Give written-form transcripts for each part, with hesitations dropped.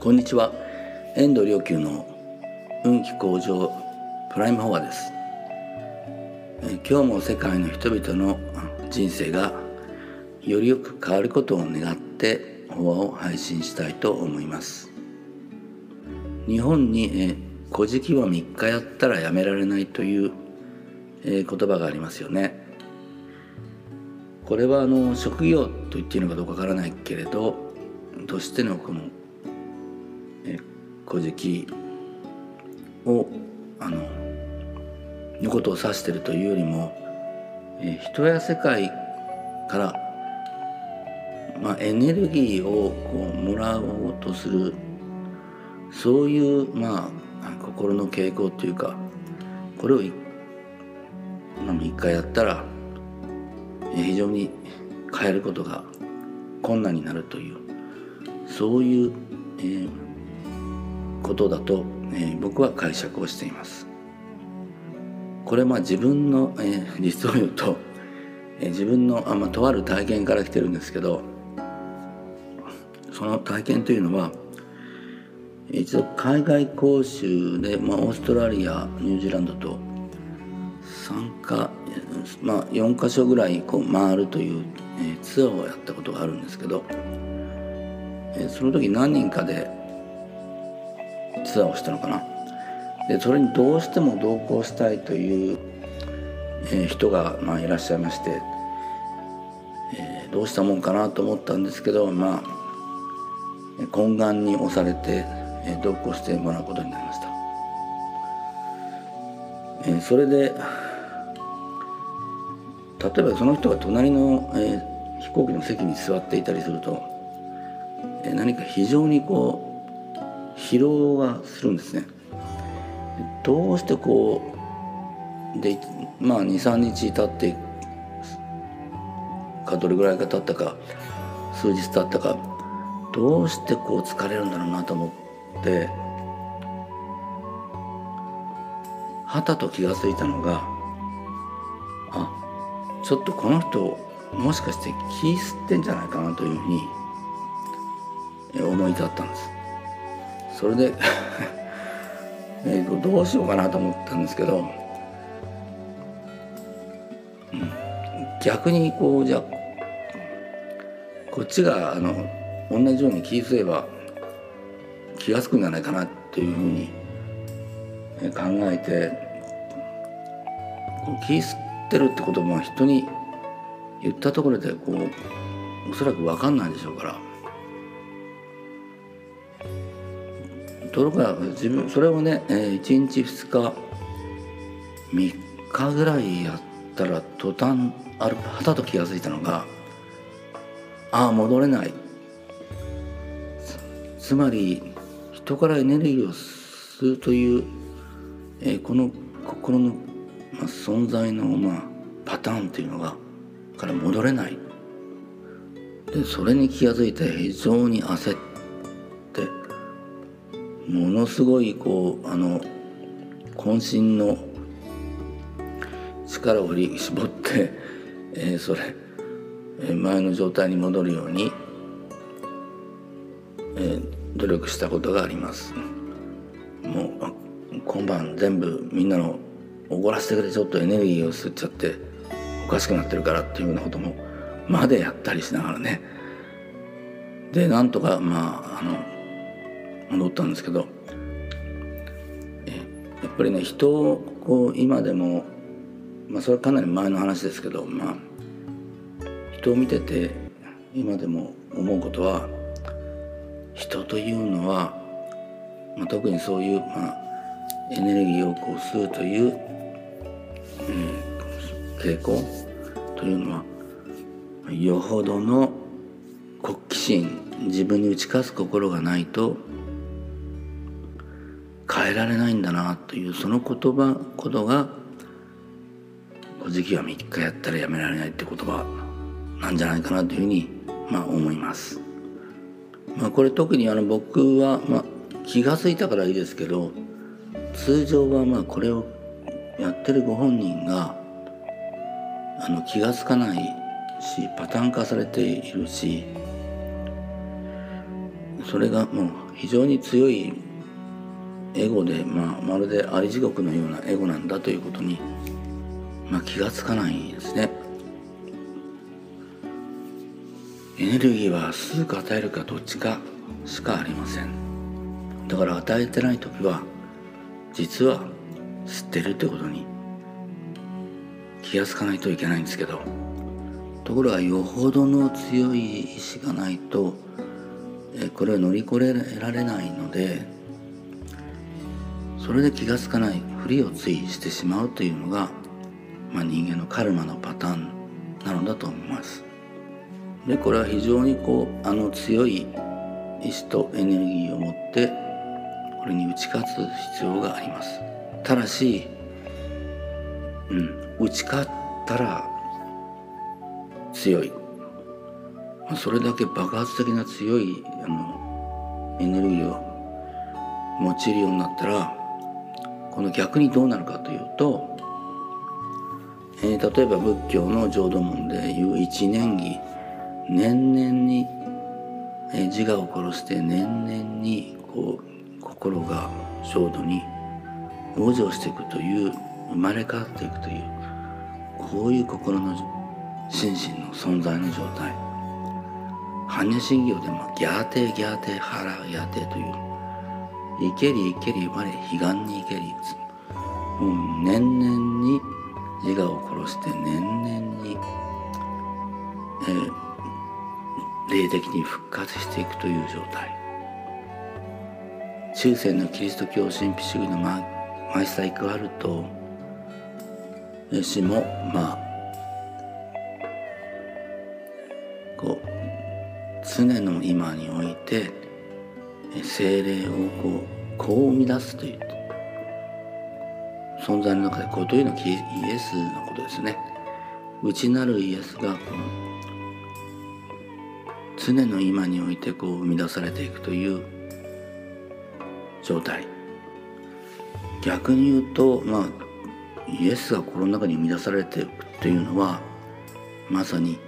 こんにちは。遠藤良久の運気向上プライムフォアです。今日も世界の人々の人生がよりよく変わることを願ってフォアを配信したいと思います。日本に古事記は3日やったらやめられないという言葉がありますよね。これは職業と言っていいのかどうかわからないけれどとしてのこの古事記をのことを指しているというよりも、人や世界から、エネルギーをもらおうとするそういう心の傾向というか、これを一回やったら非常に変えることが困難になるというそういう、ことだと、僕は解釈をしています。これは自分の、実を言うと、自分のとある体験から来てるんですけど、その体験というのは一度海外講習で、オーストラリアニュージーランドと4カ所ぐらい回るという、ツアーをやったことがあるんですけど、その時何人かでツアーをしたのかな。でそれにどうしても同行したいという、人がいらっしゃいまして、どうしたもんかなと思ったんですけど、懇願に押されて、同行してもらうことになりました。それで例えばその人が隣の、飛行機の席に座っていたりすると、何か非常に疲労がするんですね。どうしてで 2,3 日経ってかどれぐらいか経ったか数日経ったかどうして疲れるんだろうなと思ってはたと気がついたのが、ちょっとこの人もしかして気吸ってんじゃないかなというふうに思い立ったんです。それでどうしようかなと思ったんですけど、逆にじゃあこっちが同じように気吸えば気が付くんじゃないかなというふうに考えて、気吸ってるってことも人に言ったところでおそらく分かんないでしょうから。ところがそれをね、1日2日3日ぐらいやったら途端はたと気が付いたのが、戻れない。つまり人からエネルギーを吸うという、この心の、存在の、パターンというのがから戻れない。でそれに気が付いて非常に焦ってものすごい渾身の力を振り絞って、前の状態に戻るように、努力したことがあります。もう今晩全部みんなのおごらせてくれ、ちょっとエネルギーを吸っちゃっておかしくなってるからっていうようなこともまでやったりしながらね、でなんとか戻ったんですけど、やっぱりね、人を今でも、それはかなり前の話ですけど、人を見てて今でも思うことは、人というのは、特にそういう、エネルギーを吸うという、傾向というのはよほどの好奇心、自分に打ち勝つ心がないと変えられないんだなという、そのことが古事記は3日やったらやめられないって言葉なんじゃないかなというふうに思います。これ特に僕は気が付いたからいいですけど、通常はこれをやってるご本人が気が付かないし、パターン化されているし、 それがもう非常に強いエゴで、まるであり地獄のようなエゴなんだということに、気がつかないですね。エネルギーは吸うか与えるかどっちかしかありません。だから与えてない時は実は吸ってるってことに気がつかないといけないんですけど、ところがよほどの強い意志がないとこれを乗り越えられないので、それで気がつかないふりをついしてしまうというのが、人間のカルマのパターンなのだと思います。でこれは非常に強い意志とエネルギーを持ってこれに打ち勝つ必要があります。ただし、打ち勝ったら強い、それだけ爆発的な強いエネルギーを用いるようになったら、この逆にどうなるかというと、例えば仏教の浄土門でいう一年儀、年々に自我を殺して年々に心が浄土に往生していくという、生まれ変わっていくという、こういう心の心身の存在の状態、般若心経でもギャーテーギャーテーハラギャーテーという、生けり生けり我彼岸に生けり、もう年々に自我を殺して年々に、霊的に復活していくという状態。中世のキリスト教神秘主義のマイスター・イクワルト氏も常の今において精霊をこう生み出すという存在の中で、というのはイエスのことですね。内なるイエスが常の今において生み出されていくという状態。逆に言うと、イエスが心の中に生み出されていくというのは、まさに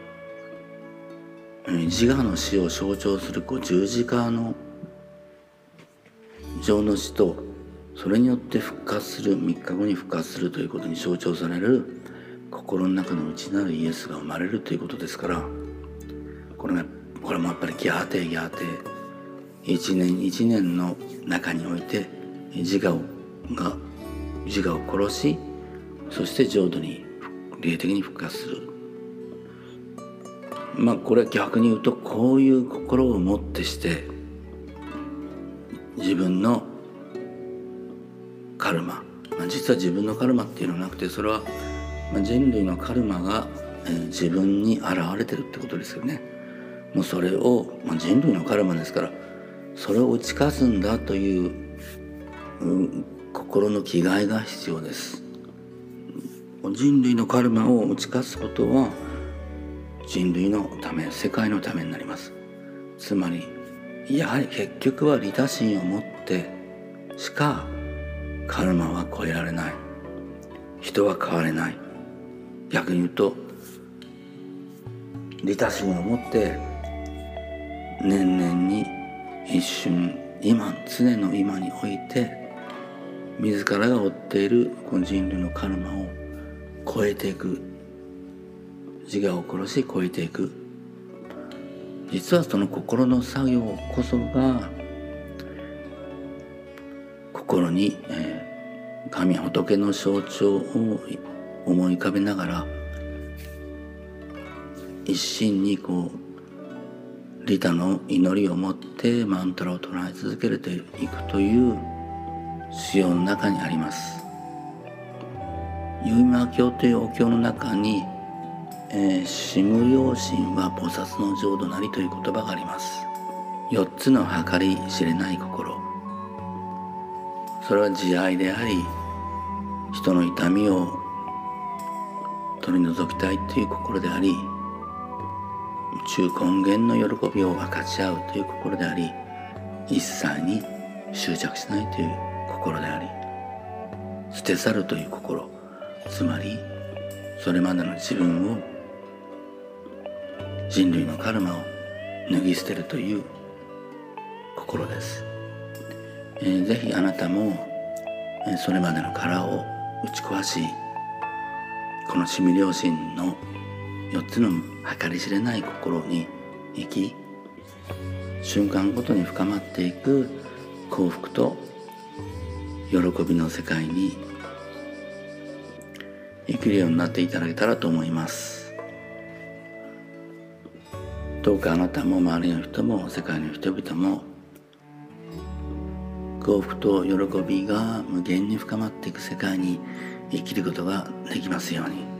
自我の死を象徴する十字架の上の死と、それによって復活する、3日後に復活するということに象徴される心の中の内なるイエスが生まれるということですから、これもやっぱりギャーテーギャーテー、一年一年の中において自我を殺し、そして浄土に霊的に復活する。これは逆に言うと、こういう心をもってして自分のカルマ、実は自分のカルマっていうのはなくて、それは人類のカルマが自分に現れてるってことですよね。もうそれを、人類のカルマですから、それを打ち勝つんだという、心の気概が必要です。人類のカルマを打ち勝つことは人類のため、世界のためになります。つまりやはり結局は利他心を持ってしかカルマは超えられない。人は変われない。逆に言うと、利他心を持って年々に一瞬、常の今において自らが負っているこの人類のカルマを超えていく、自我を殺し超えていく。実はその心の作業こそが心に、神仏の象徴を思い浮かべながら一心に利他の祈りを持ってマントラを唱え続けていくという修行の中にあります。結馬経というお経の中に四無量心は菩薩の浄土なりという言葉があります。4つの計り知れない心、それは慈愛であり、人の痛みを取り除きたいという心であり、中根源の喜びを分かち合うという心であり、一切に執着しないという心であり、捨て去るという心、つまりそれまでの自分を、人類のカルマを脱ぎ捨てるという心です。ぜひあなたもそれまでの殻を打ち壊し、この趣味良心の4つの計り知れない心に生き、瞬間ごとに深まっていく幸福と喜びの世界に生きるようになっていただけたらと思います。どうかあなたも周りの人も世界の人々も幸福と喜びが無限に深まっていく世界に生きることができますように。